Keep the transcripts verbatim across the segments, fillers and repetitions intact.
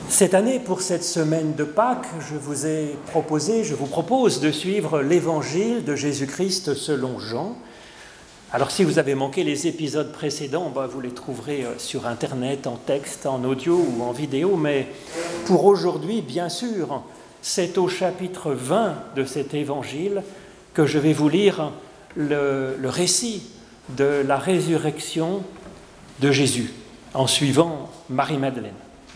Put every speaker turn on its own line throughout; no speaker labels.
Cette année, pour cette semaine de Pâques, je vous ai proposé, je vous propose de suivre l'évangile de Jésus-Christ selon Jean. Alors si vous avez manqué les épisodes précédents, bah, vous les trouverez sur Internet, en texte, en audio ou en vidéo, mais pour aujourd'hui, bien sûr, c'est au chapitre vingt de cet évangile que je vais vous lire le, le récit de la résurrection de Jésus, en suivant Marie-Madeleine.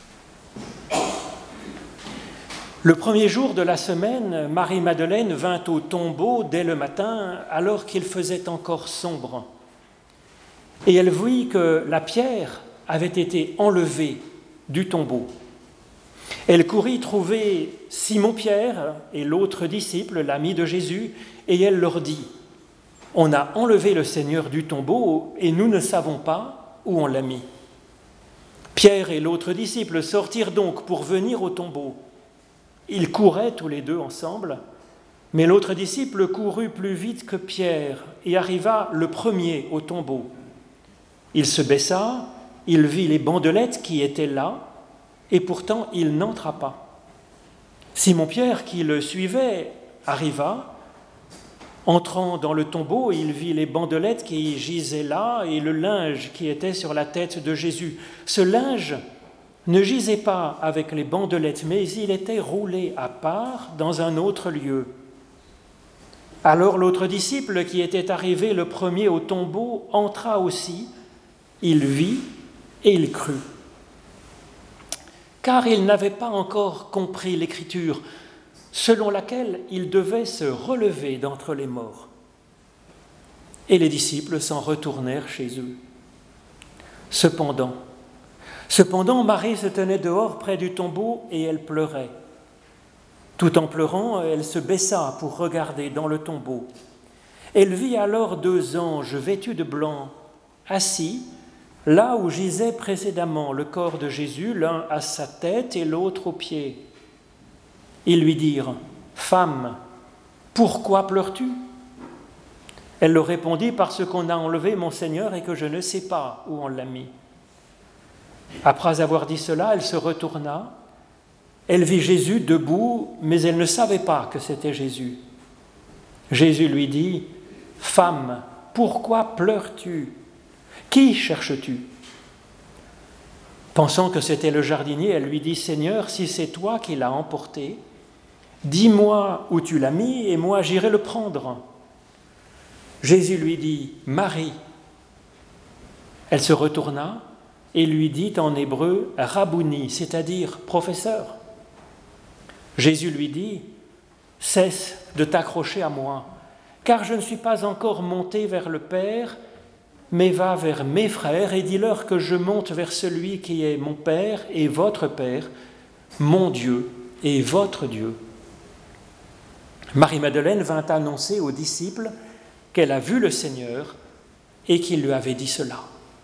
Le premier jour de la semaine, Marie-Madeleine vint au tombeau dès le matin, alors qu'il faisait encore sombre. Et elle vit que la pierre avait été enlevée du tombeau. Elle courut trouver Simon-Pierre et l'autre disciple, l'ami de Jésus, et elle leur dit : « On a enlevé le Seigneur du tombeau et nous ne savons pas où on l'a mis. » Pierre et l'autre disciple sortirent donc pour venir au tombeau. Ils couraient tous les deux ensemble, mais l'autre disciple courut plus vite que Pierre et arriva le premier au tombeau. Il se baissa, il vit les bandelettes qui étaient là, et pourtant il n'entra pas. Simon-Pierre, qui le suivait, arriva. Entrant dans le tombeau, il vit les bandelettes qui gisaient là et le linge qui était sur la tête de Jésus. Ce linge ne gisait pas avec les bandelettes, mais il était roulé à part dans un autre lieu. Alors l'autre disciple, qui était arrivé le premier au tombeau, entra aussi, il vit et il crut. Car il n'avait pas encore compris l'Écriture, selon laquelle il devait se relever d'entre les morts. Et les disciples s'en retournèrent chez eux. Cependant, Cependant, Marie se tenait dehors près du tombeau et elle pleurait. Tout en pleurant, elle se baissa pour regarder dans le tombeau. Elle vit alors deux anges vêtus de blanc, assis là où gisait précédemment le corps de Jésus, l'un à sa tête et l'autre aux pieds. Ils lui dirent : « Femme, pourquoi pleures-tu » Elle leur répondit : « Parce qu'on a enlevé mon Seigneur et que je ne sais pas où on l'a mis. » Après avoir dit cela, elle se retourna. Elle vit Jésus debout, mais elle ne savait pas que c'était Jésus. Jésus lui dit : « Femme, pourquoi pleures-tu ? Qui cherches-tu » Pensant que c'était le jardinier, elle lui dit : « Seigneur, si c'est toi qui l'as emporté, dis-moi où tu l'as mis et moi j'irai le prendre. » Jésus lui dit : « Marie. » Elle se retourna et lui dit en hébreu « Rabouni », c'est-à-dire « professeur ». Jésus lui dit : « Cesse de t'accrocher à moi, car je ne suis pas encore monté vers le Père, mais va vers mes frères et dis-leur que je monte vers celui qui est mon Père et votre Père, mon Dieu et votre Dieu. » Marie-Madeleine vint annoncer aux disciples qu'elle a vu le Seigneur et qu'il lui avait dit cela.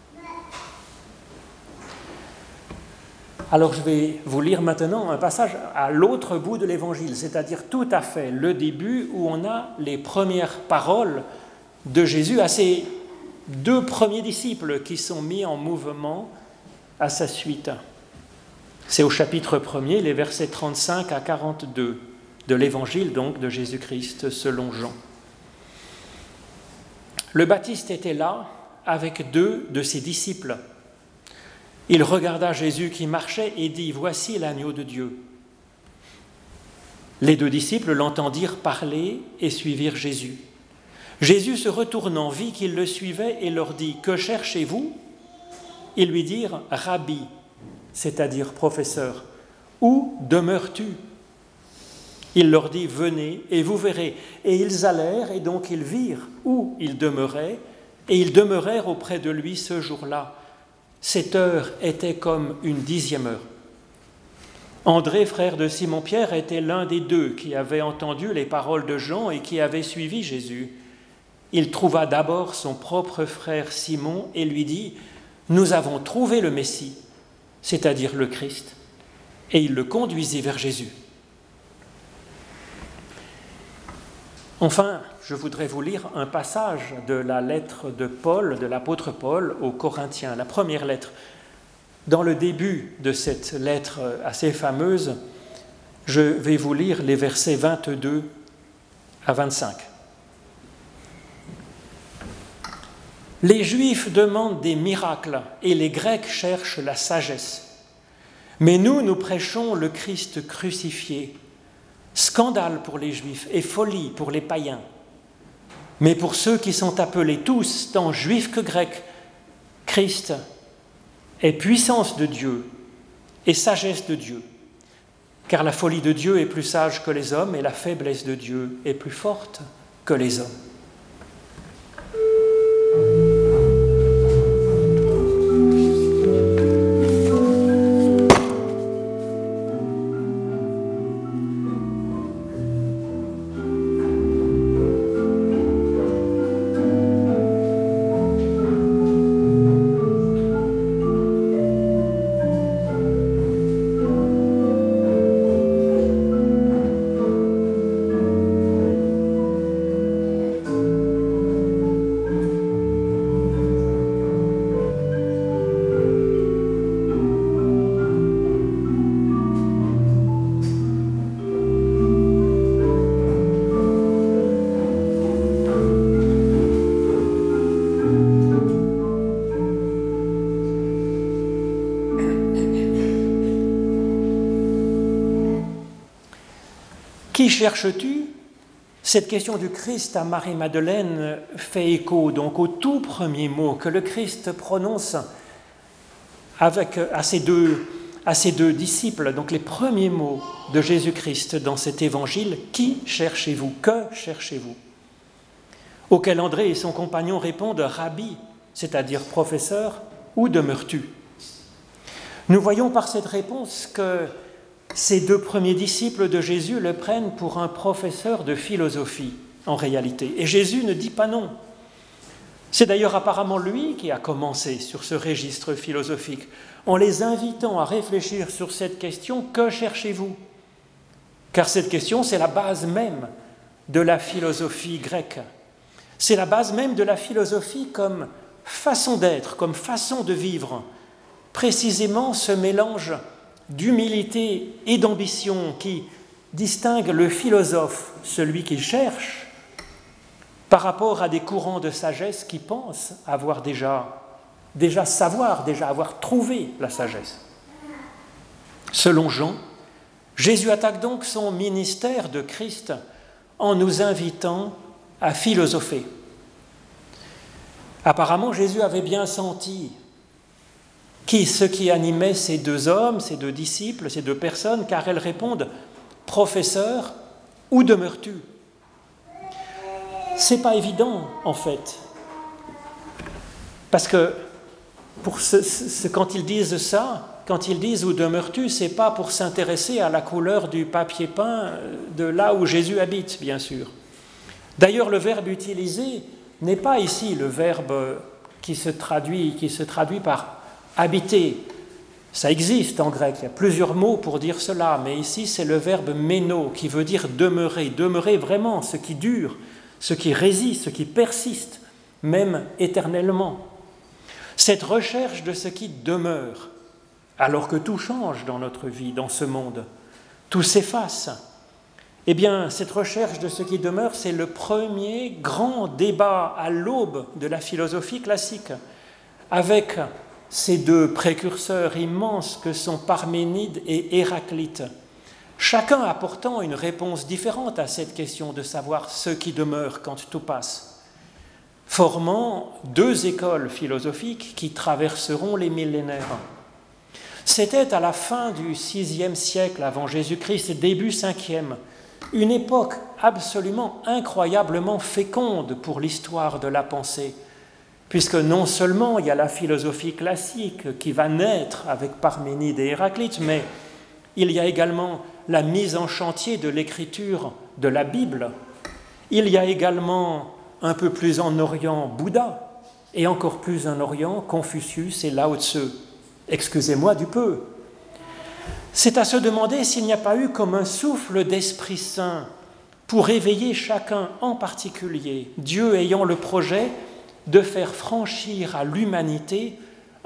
Alors je vais vous lire maintenant un passage à l'autre bout de l'Évangile, c'est-à-dire tout à fait le début où on a les premières paroles de Jésus à ses deux premiers disciples qui sont mis en mouvement à sa suite. C'est au chapitre premier, les versets trente-cinq à quarante-deux de l'Évangile donc de Jésus-Christ selon Jean. Le Baptiste était là avec deux de ses disciples. Il regarda Jésus qui marchait et dit : « Voici l'agneau de Dieu. » Les deux disciples l'entendirent parler et suivirent Jésus. Jésus, se retournant, vit qu'ils le suivaient et leur dit : « Que cherchez-vous » Ils lui dirent : « Rabbi », c'est-à-dire professeur, « où demeures-tu » Il leur dit : « Venez et vous verrez. » Et ils allèrent et donc ils virent où il demeurait et ils demeurèrent auprès de lui ce jour-là. Cette heure était comme une dixième heure. André, frère de Simon-Pierre, était l'un des deux qui avait entendu les paroles de Jean et qui avait suivi Jésus. Il trouva d'abord son propre frère Simon et lui dit : « Nous avons trouvé le Messie, c'est-à-dire le Christ. » Et il le conduisit vers Jésus. Enfin, je voudrais vous lire un passage de la lettre de Paul, de l'apôtre Paul aux Corinthiens, la première lettre. Dans le début de cette lettre assez fameuse, je vais vous lire les versets vingt-deux à vingt-cinq. Les Juifs demandent des miracles et les Grecs cherchent la sagesse. Mais nous, nous prêchons le Christ crucifié, scandale pour les Juifs et folie pour les païens. Mais pour ceux qui sont appelés tous, tant Juifs que Grecs, Christ est puissance de Dieu et sagesse de Dieu. Car la folie de Dieu est plus sage que les hommes et la faiblesse de Dieu est plus forte que les hommes. Qui cherches-tu ? Cette question du Christ à Marie-Madeleine fait écho donc au tout premier mot que le Christ prononce avec, à, ses deux, à ses deux disciples, donc les premiers mots de Jésus-Christ dans cet évangile. Qui cherchez-vous ? Que cherchez-vous ? Auquel André et son compagnon répondent « Rabbi », c'est-à-dire « professeur », où demeures-tu ? Nous voyons par cette réponse que ces deux premiers disciples de Jésus le prennent pour un professeur de philosophie, en réalité. Et Jésus ne dit pas non. C'est d'ailleurs apparemment lui qui a commencé sur ce registre philosophique, en les invitant à réfléchir sur cette question « Que cherchez-vous » ? Car cette question, c'est la base même de la philosophie grecque. C'est la base même de la philosophie comme façon d'être, comme façon de vivre. Précisément ce mélange d'humilité et d'ambition qui distingue le philosophe, celui qui cherche, par rapport à des courants de sagesse qui pensent avoir déjà, déjà savoir, déjà avoir trouvé la sagesse. Selon Jean, Jésus attaque donc son ministère de Christ en nous invitant à philosopher. Apparemment, Jésus avait bien senti qui, ce qui animait ces deux hommes, ces deux disciples, ces deux personnes, car elles répondent « Professeur, où demeures-tu » ? Ce n'est pas évident, en fait, parce que pour ce, ce, quand ils disent ça, quand ils disent « Où demeures-tu », ce n'est pas pour s'intéresser à la couleur du papier peint de là où Jésus habite, bien sûr. D'ailleurs, le verbe utilisé n'est pas ici le verbe qui se traduit, qui se traduit par habiter. Ça existe en grec, il y a plusieurs mots pour dire cela, mais ici c'est le verbe méno qui veut dire demeurer, demeurer vraiment, ce qui dure, ce qui résiste, ce qui persiste, même éternellement. Cette recherche de ce qui demeure, alors que tout change dans notre vie, dans ce monde, tout s'efface. Eh bien, cette recherche de ce qui demeure, c'est le premier grand débat à l'aube de la philosophie classique, avec ces deux précurseurs immenses que sont Parménide et Héraclite, chacun apportant une réponse différente à cette question de savoir ce qui demeure quand tout passe, formant deux écoles philosophiques qui traverseront les millénaires. C'était à la fin du sixième siècle avant Jésus-Christ, début cinquième, une époque absolument incroyablement féconde pour l'histoire de la pensée, puisque non seulement il y a la philosophie classique qui va naître avec Parménide et Héraclite, mais il y a également la mise en chantier de l'écriture de la Bible. Il y a également, un peu plus en Orient, Bouddha, et encore plus en Orient, Confucius et Lao Tse. Excusez-moi du peu. C'est à se demander s'il n'y a pas eu comme un souffle d'Esprit Saint pour éveiller chacun en particulier, Dieu ayant le projet de faire franchir à l'humanité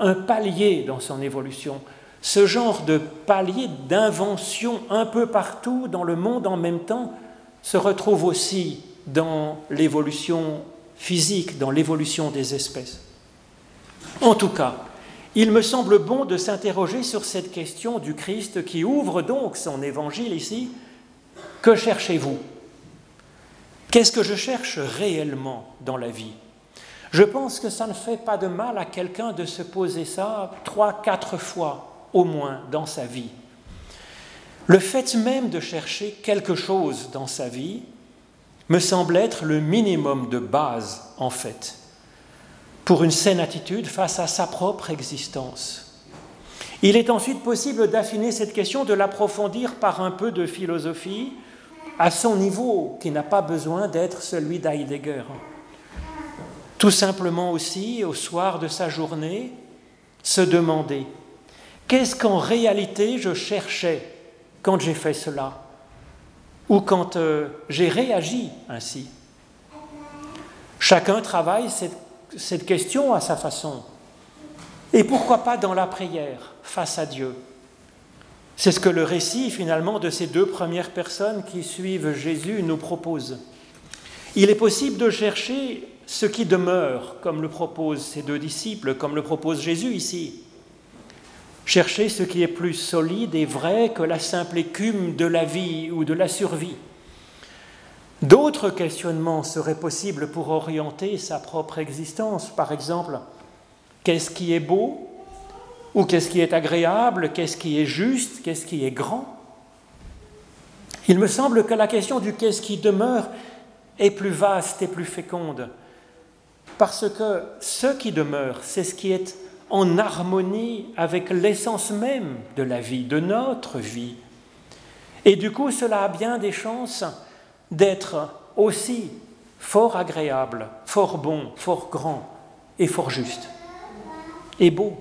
un palier dans son évolution. Ce genre de palier d'invention un peu partout dans le monde en même temps se retrouve aussi dans l'évolution physique, dans l'évolution des espèces. En tout cas, il me semble bon de s'interroger sur cette question du Christ qui ouvre donc son évangile ici. Que cherchez-vous ? Qu'est-ce que je cherche réellement dans la vie ? Je pense que ça ne fait pas de mal à quelqu'un de se poser ça trois, quatre fois au moins dans sa vie. Le fait même de chercher quelque chose dans sa vie me semble être le minimum de base, en fait, pour une saine attitude face à sa propre existence. Il est ensuite possible d'affiner cette question, de l'approfondir par un peu de philosophie à son niveau, qui n'a pas besoin d'être celui d'Heidegger. Tout simplement aussi, au soir de sa journée, se demander « Qu'est-ce qu'en réalité je cherchais quand j'ai fait cela ? Ou quand euh, j'ai réagi ainsi ?» Chacun travaille cette, cette question à sa façon. Et pourquoi pas dans la prière, face à Dieu ? C'est ce que le récit, finalement, de ces deux premières personnes qui suivent Jésus nous propose. Il est possible de chercher ce qui demeure, comme le proposent ces deux disciples, comme le propose Jésus ici. Chercher ce qui est plus solide et vrai que la simple écume de la vie ou de la survie. D'autres questionnements seraient possibles pour orienter sa propre existence. Par exemple, qu'est-ce qui est beau ? Ou qu'est-ce qui est agréable ? Qu'est-ce qui est juste ? Qu'est-ce qui est grand ? Il me semble que la question du qu'est-ce qui demeure est plus vaste et plus féconde. Parce que ce qui demeure, c'est ce qui est en harmonie avec l'essence même de la vie, de notre vie. Et du coup, cela a bien des chances d'être aussi fort agréable, fort bon, fort grand et fort juste et beau.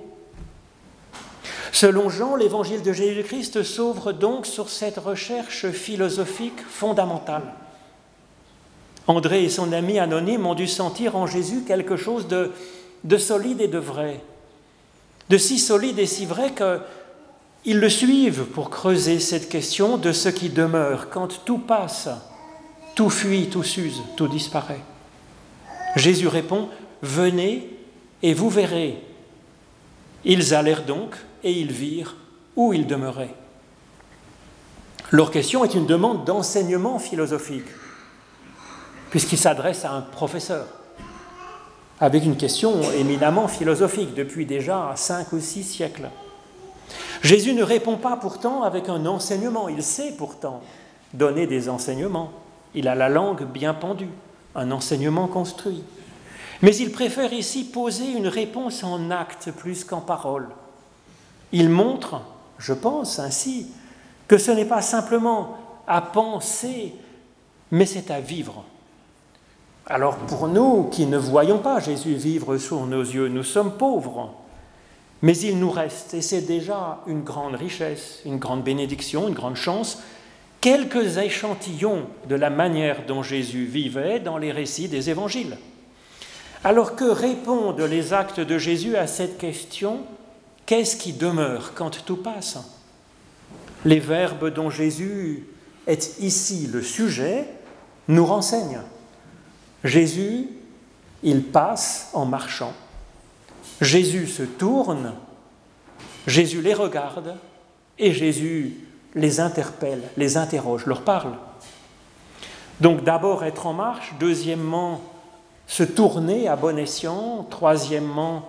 Selon Jean, l'évangile de Jésus-Christ s'ouvre donc sur cette recherche philosophique fondamentale. André et son ami anonyme ont dû sentir en Jésus quelque chose de, de solide et de vrai, de si solide et si vrai qu'ils le suivent pour creuser cette question de ce qui demeure. Quand tout passe, tout fuit, tout s'use, tout disparaît. Jésus répond « Venez et vous verrez ». Ils allèrent donc et ils virent où ils demeuraient. Leur question est une demande d'enseignement philosophique, puisqu'il s'adresse à un professeur, avec une question éminemment philosophique depuis déjà cinq ou six siècles. Jésus ne répond pas pourtant avec un enseignement, il sait pourtant donner des enseignements. Il a la langue bien pendue, un enseignement construit. Mais il préfère ici poser une réponse en acte plus qu'en parole. Il montre, je pense ainsi, que ce n'est pas simplement à penser, mais c'est à vivre. Alors pour nous qui ne voyons pas Jésus vivre sous nos yeux, nous sommes pauvres, mais il nous reste, et c'est déjà une grande richesse, une grande bénédiction, une grande chance, quelques échantillons de la manière dont Jésus vivait dans les récits des évangiles. Alors que répondent les actes de Jésus à cette question ? Qu'est-ce qui demeure quand tout passe ? Les verbes dont Jésus est ici le sujet nous renseignent. Jésus, il passe en marchant. Jésus se tourne, Jésus les regarde et Jésus les interpelle, les interroge, leur parle. Donc d'abord être en marche, deuxièmement se tourner à bon escient, troisièmement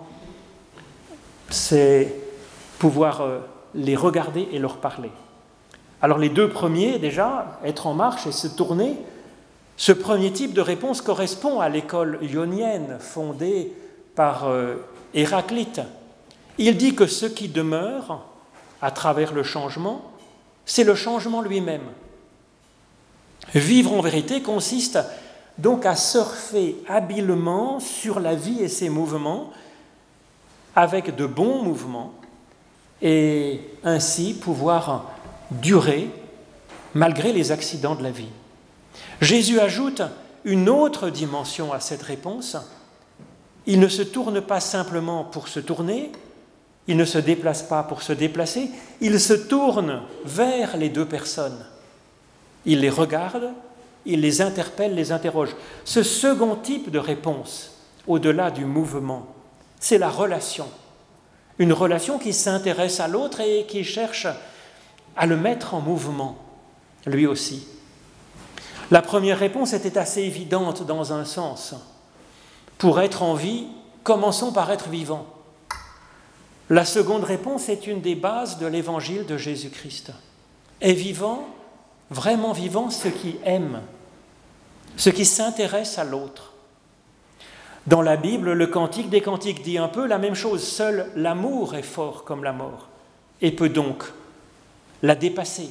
c'est pouvoir les regarder et leur parler. Alors les deux premiers déjà, être en marche et se tourner, ce premier type de réponse correspond à l'école ionienne fondée par euh, Héraclite. Il dit que ce qui demeure à travers le changement, c'est le changement lui-même. Vivre en vérité consiste donc à surfer habilement sur la vie et ses mouvements avec de bons mouvements et ainsi pouvoir durer malgré les accidents de la vie. Jésus ajoute une autre dimension à cette réponse. Il ne se tourne pas simplement pour se tourner, Il ne se déplace pas pour se déplacer, il se tourne vers les deux personnes. Il les regarde, il les interpelle, les interroge. Ce second type de réponse, au-delà du mouvement, c'est la relation. Une relation qui s'intéresse à l'autre et qui cherche à le mettre en mouvement, lui aussi. La première réponse était assez évidente dans un sens. Pour être en vie, commençons par être vivants. La seconde réponse est une des bases de l'évangile de Jésus-Christ. Est vivant, vraiment vivant, ceux qui aiment, ceux qui s'intéressent à l'autre. Dans la Bible, le Cantique des Cantiques dit un peu la même chose. Seul l'amour est fort comme la mort et peut donc la dépasser.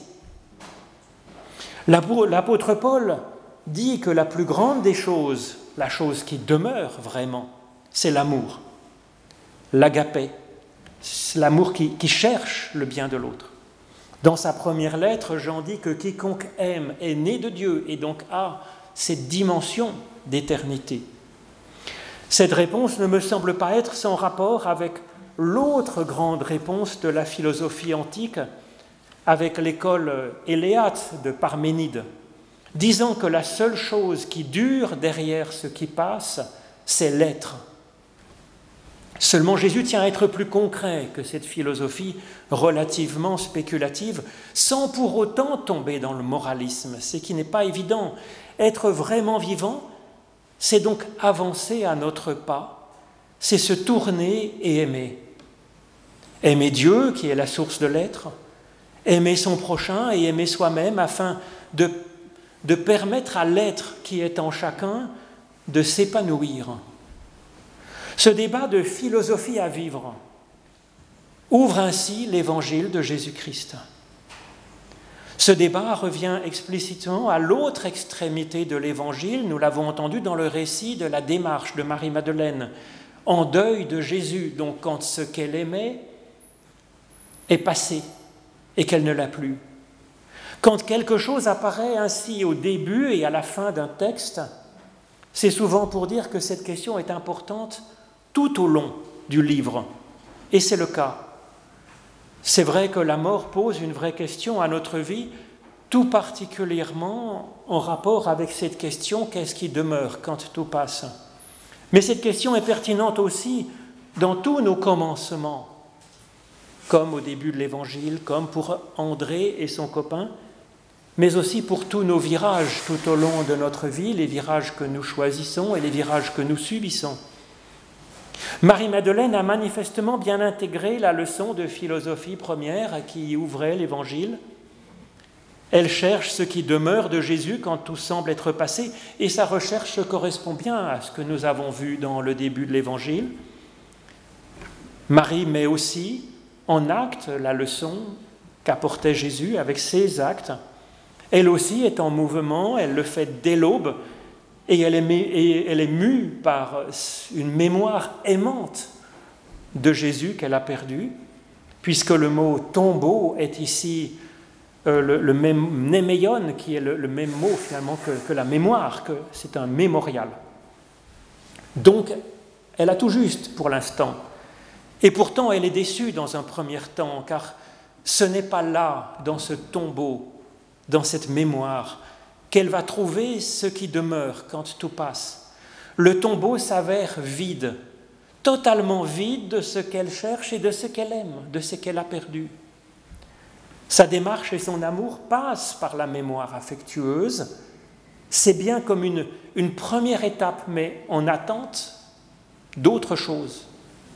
L'apôtre Paul dit que la plus grande des choses, la chose qui demeure vraiment, c'est l'amour, l'agapé, c'est l'amour qui, qui cherche le bien de l'autre. Dans sa première lettre, Jean dit que quiconque aime est né de Dieu et donc a cette dimension d'éternité. Cette réponse ne me semble pas être sans rapport avec l'autre grande réponse de la philosophie antique, avec l'école éléate de Parménide, disant que la seule chose qui dure derrière ce qui passe, c'est l'être. Seulement Jésus tient à être plus concret que cette philosophie relativement spéculative, sans pour autant tomber dans le moralisme, ce qui n'est pas évident. Être vraiment vivant, c'est donc avancer à notre pas, c'est se tourner et aimer. Aimer Dieu, qui est la source de l'être, aimer son prochain et aimer soi-même afin de, de permettre à l'être qui est en chacun de s'épanouir. Ce débat de philosophie à vivre ouvre ainsi l'évangile de Jésus-Christ. Ce débat revient explicitement à l'autre extrémité de l'évangile. Nous l'avons entendu dans le récit de la démarche de Marie-Madeleine, en deuil de Jésus, donc quand ce qu'elle aimait est passé et qu'elle ne l'a plus. Quand quelque chose apparaît ainsi au début et à la fin d'un texte, c'est souvent pour dire que cette question est importante tout au long du livre. Et c'est le cas. C'est vrai que la mort pose une vraie question à notre vie, tout particulièrement en rapport avec cette question « qu'est-ce qui demeure quand tout passe ?» Mais cette question est pertinente aussi dans tous nos commencements, comme au début de l'Évangile, comme pour André et son copain, mais aussi pour tous nos virages tout au long de notre vie, les virages que nous choisissons et les virages que nous subissons. Marie-Madeleine a manifestement bien intégré la leçon de philosophie première qui ouvrait l'Évangile. Elle cherche ce qui demeure de Jésus quand tout semble être passé, et sa recherche correspond bien à ce que nous avons vu dans le début de l'Évangile. Marie met aussi en acte la leçon qu'apportait Jésus avec ses actes. Elle aussi est en mouvement, elle le fait dès l'aube, et elle est, et elle est mue par une mémoire aimante de Jésus qu'elle a perdu, puisque le mot tombeau est ici euh, le, le même néméion, qui est le, le même mot finalement que, que la mémoire, que c'est un mémorial. Donc, elle a tout juste pour l'instant. Et pourtant, elle est déçue dans un premier temps, car ce n'est pas là, dans ce tombeau, dans cette mémoire, qu'elle va trouver ce qui demeure quand tout passe. Le tombeau s'avère vide, totalement vide de ce qu'elle cherche et de ce qu'elle aime, de ce qu'elle a perdu. Sa démarche et son amour passent par la mémoire affectueuse. C'est bien comme une, une première étape, mais en attente d'autre chose.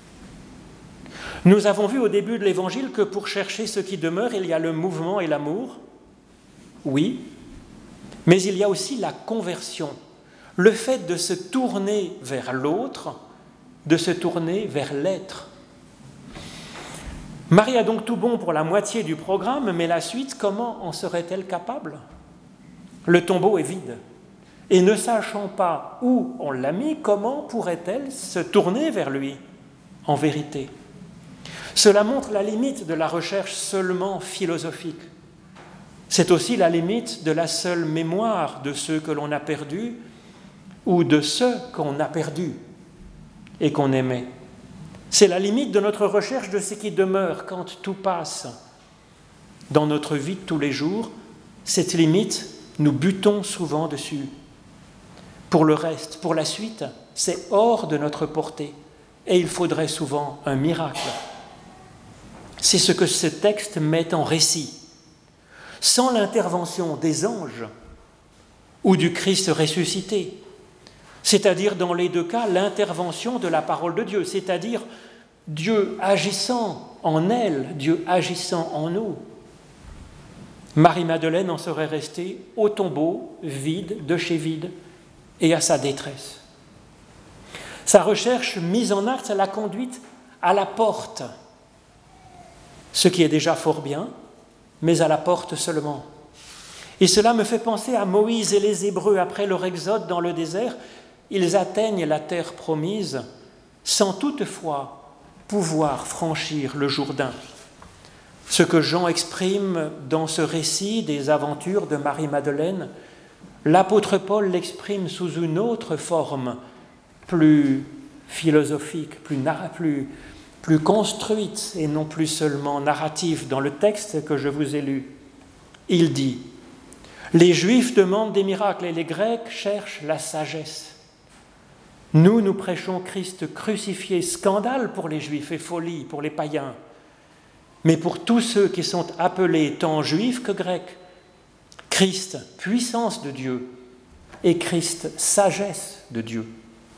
Nous avons vu au début de l'Évangile que pour chercher ce qui demeure, il y a le mouvement et l'amour. Oui, mais il y a aussi la conversion, le fait de se tourner vers l'autre, de se tourner vers l'être. Marie a donc tout bon pour la moitié du programme, mais la suite, comment en serait-elle capable ? Le tombeau est vide, et ne sachant pas où on l'a mis, comment pourrait-elle se tourner vers lui, en vérité ? Cela montre la limite de la recherche seulement philosophique. C'est aussi la limite de la seule mémoire de ceux que l'on a perdus ou de ceux qu'on a perdus et qu'on aimait. C'est la limite de notre recherche de ce qui demeure quand tout passe. Dans notre vie de tous les jours, cette limite, nous butons souvent dessus. Pour le reste, pour la suite, c'est hors de notre portée et il faudrait souvent un miracle. C'est ce que ce texte met en récit. Sans l'intervention des anges ou du Christ ressuscité, c'est-à-dire dans les deux cas l'intervention de la parole de Dieu, c'est-à-dire Dieu agissant en elle, Dieu agissant en nous, Marie-Madeleine en serait restée au tombeau, vide, de chez vide, et à sa détresse. Sa recherche mise en acte l'a conduite à la porte, ce qui est déjà fort bien, mais à la porte seulement. Et cela me fait penser à Moïse et les Hébreux après leur exode dans le désert. Ils atteignent la terre promise sans toutefois pouvoir franchir le Jourdain. Ce que Jean exprime dans ce récit des aventures de Marie-Madeleine, l'apôtre Paul l'exprime sous une autre forme, plus philosophique, plus, plus, plus construite et non plus seulement narrative dans le texte que je vous ai lu. Il dit « Les Juifs demandent des miracles et les Grecs cherchent la sagesse. Nous, nous prêchons Christ crucifié, scandale pour les Juifs et folie pour les païens. Mais pour tous ceux qui sont appelés tant Juifs que Grecs, Christ, puissance de Dieu, et Christ, sagesse de Dieu. »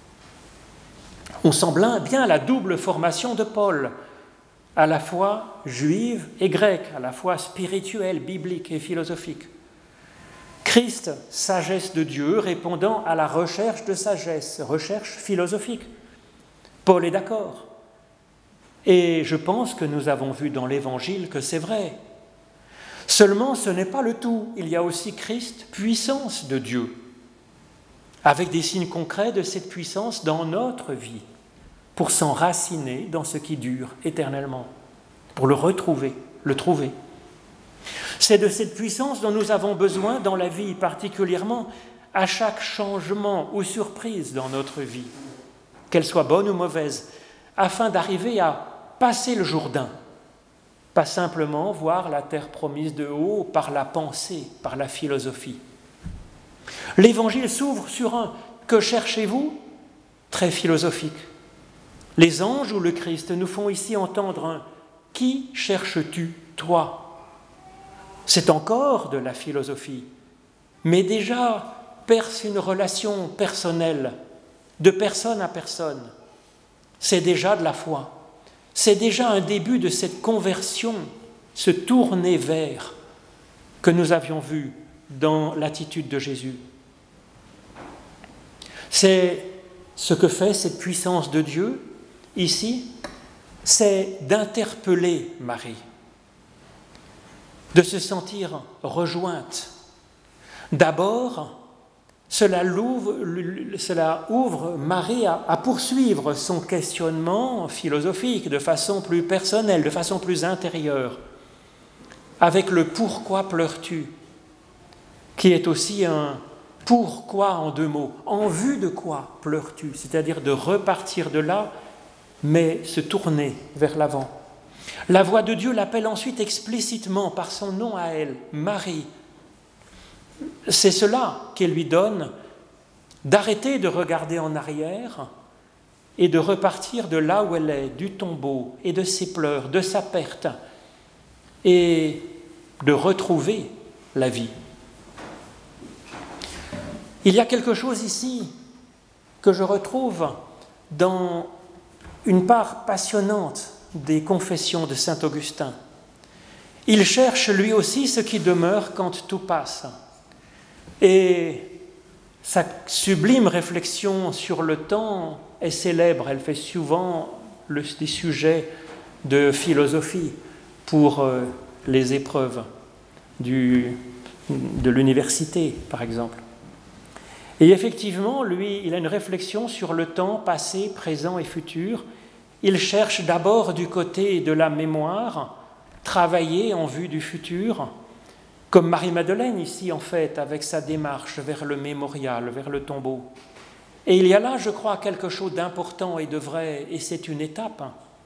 On sent bien la double formation de Paul, à la fois juive et grecque, à la fois spirituelle, biblique et philosophique. Christ, sagesse de Dieu, répondant à la recherche de sagesse, recherche philosophique. Paul est d'accord. Et je pense que nous avons vu dans l'Évangile que c'est vrai. Seulement, ce n'est pas le tout. Il y a aussi Christ, puissance de Dieu, avec des signes concrets de cette puissance dans notre vie, pour s'enraciner dans ce qui dure éternellement, pour le retrouver, le trouver. C'est de cette puissance dont nous avons besoin dans la vie, particulièrement à chaque changement ou surprise dans notre vie, qu'elle soit bonne ou mauvaise, afin d'arriver à passer le Jourdain, pas simplement voir la terre promise de haut par la pensée, par la philosophie. L'Évangile s'ouvre sur un « que cherchez-vous » très philosophique. Les anges ou le Christ nous font ici entendre un « qui cherches-tu, toi » C'est encore de la philosophie, mais déjà perce une relation personnelle, de personne à personne. C'est déjà de la foi. C'est déjà un début de cette conversion, ce tourner vers que nous avions vu dans l'attitude de Jésus. C'est ce que fait cette puissance de Dieu, ici, c'est d'interpeller Marie, de se sentir rejointe. D'abord, cela, cela ouvre Marie à, à poursuivre son questionnement philosophique de façon plus personnelle, de façon plus intérieure, avec le « pourquoi pleures-tu » qui est aussi un « pourquoi » en deux mots. En vue de quoi pleures-tu ? C'est-à-dire de repartir de là, mais se tourner vers l'avant. La voix de Dieu l'appelle ensuite explicitement par son nom à elle, Marie. C'est cela qu'elle lui donne d'arrêter de regarder en arrière et de repartir de là où elle est, du tombeau et de ses pleurs, de sa perte, et de retrouver la vie. Il y a quelque chose ici que je retrouve dans une part passionnante des confessions de saint Augustin. Il cherche lui aussi ce qui demeure quand tout passe. Et sa sublime réflexion sur le temps est célèbre. Elle fait souvent le, des sujets de philosophie pour euh, les épreuves du, de l'université, par exemple. Et effectivement, lui, il a une réflexion sur le temps passé, présent et futur. Il cherche d'abord du côté de la mémoire, travailler en vue du futur, comme Marie-Madeleine ici en fait, avec sa démarche vers le mémorial, vers le tombeau. Et il y a là, je crois, quelque chose d'important et de vrai, et c'est une étape,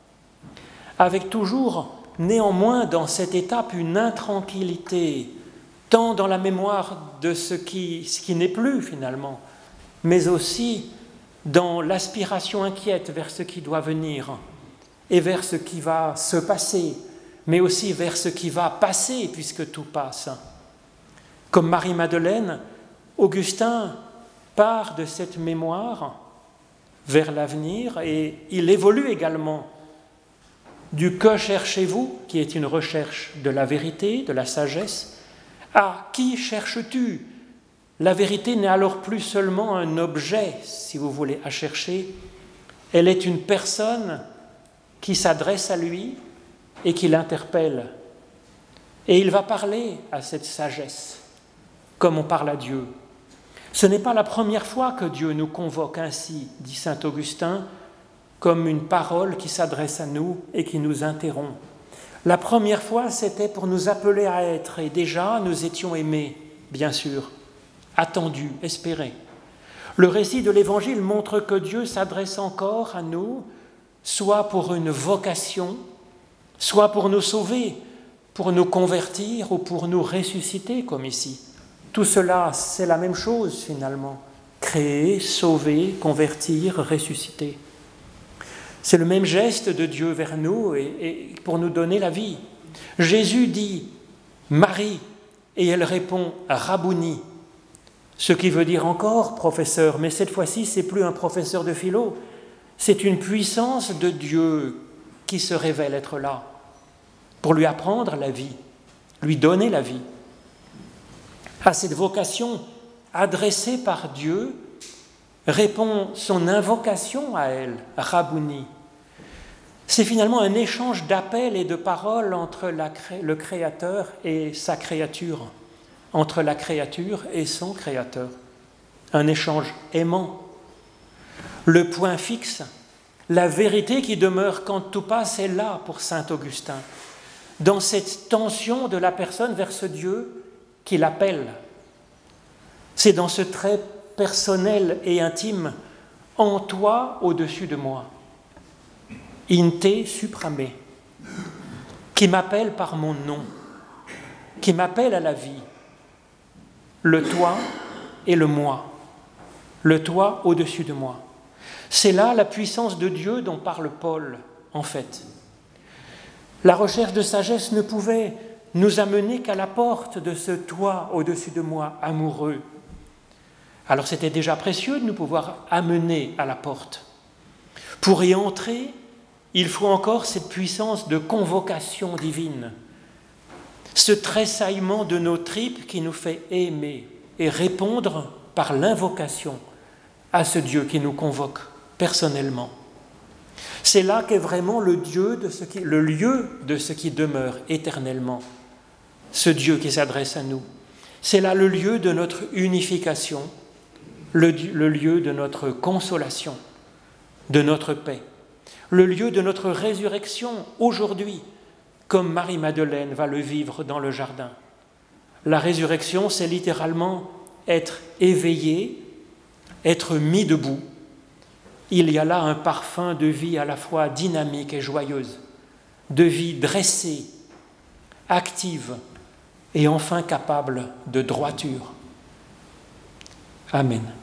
avec toujours, néanmoins, dans cette étape, une intranquillité, tant dans la mémoire de ce qui, ce qui n'est plus finalement, mais aussi dans l'aspiration inquiète vers ce qui doit venir et vers ce qui va se passer, mais aussi vers ce qui va passer puisque tout passe. Comme Marie-Madeleine, Augustin part de cette mémoire vers l'avenir et il évolue également du « que cherchez-vous » qui est une recherche de la vérité, de la sagesse, à « qui cherches-tu » La vérité n'est alors plus seulement un objet, si vous voulez, à chercher, elle est une personne qui s'adresse à lui et qui l'interpelle. Et il va parler à cette sagesse, comme on parle à Dieu. Ce n'est pas la première fois que Dieu nous convoque ainsi, dit saint Augustin, comme une parole qui s'adresse à nous et qui nous interrompt. La première fois, c'était pour nous appeler à être, et déjà nous étions aimés, bien sûr, attendus, espérés. Le récit de l'Évangile montre que Dieu s'adresse encore à nous, soit pour une vocation, soit pour nous sauver, pour nous convertir ou pour nous ressusciter, comme ici. Tout cela, c'est la même chose finalement. Créer, sauver, convertir, ressusciter. C'est le même geste de Dieu vers nous et, et pour nous donner la vie. Jésus dit « Marie » et elle répond « Rabouni », ce qui veut dire encore « professeur », mais cette fois-ci, ce n'est plus un professeur de philo, c'est une puissance de Dieu qui se révèle être là pour lui apprendre la vie, lui donner la vie. À cette vocation adressée par Dieu, répond son invocation à elle, Rabouni. C'est finalement un échange d'appels et de paroles entre la, le Créateur et sa créature, entre la créature et son Créateur. Un échange aimant. Le point fixe, la vérité qui demeure quand tout passe est là pour saint Augustin, dans cette tension de la personne vers ce Dieu qui l'appelle. C'est dans ce trait personnel et intime, en toi au-dessus de moi, in te suprame, qui m'appelle par mon nom, qui m'appelle à la vie, le toi et le moi, le toi au-dessus de moi. C'est là la puissance de Dieu dont parle Paul, en fait. La recherche de sagesse ne pouvait nous amener qu'à la porte de ce toi au-dessus de moi, amoureux. Alors c'était déjà précieux de nous pouvoir amener à la porte. Pour y entrer, il faut encore cette puissance de convocation divine, ce tressaillement de nos tripes qui nous fait aimer et répondre par l'invocation à ce Dieu qui nous convoque personnellement. C'est là qu'est vraiment le, Dieu de ce qui, le lieu de ce qui demeure éternellement, ce Dieu qui s'adresse à nous. C'est là le lieu de notre unification, Le, le lieu de notre consolation, de notre paix, le lieu de notre résurrection aujourd'hui, comme Marie-Madeleine va le vivre dans le jardin. La résurrection, c'est littéralement être éveillé, être mis debout. Il y a là un parfum de vie à la fois dynamique et joyeuse, de vie dressée, active et enfin capable de droiture. Amen.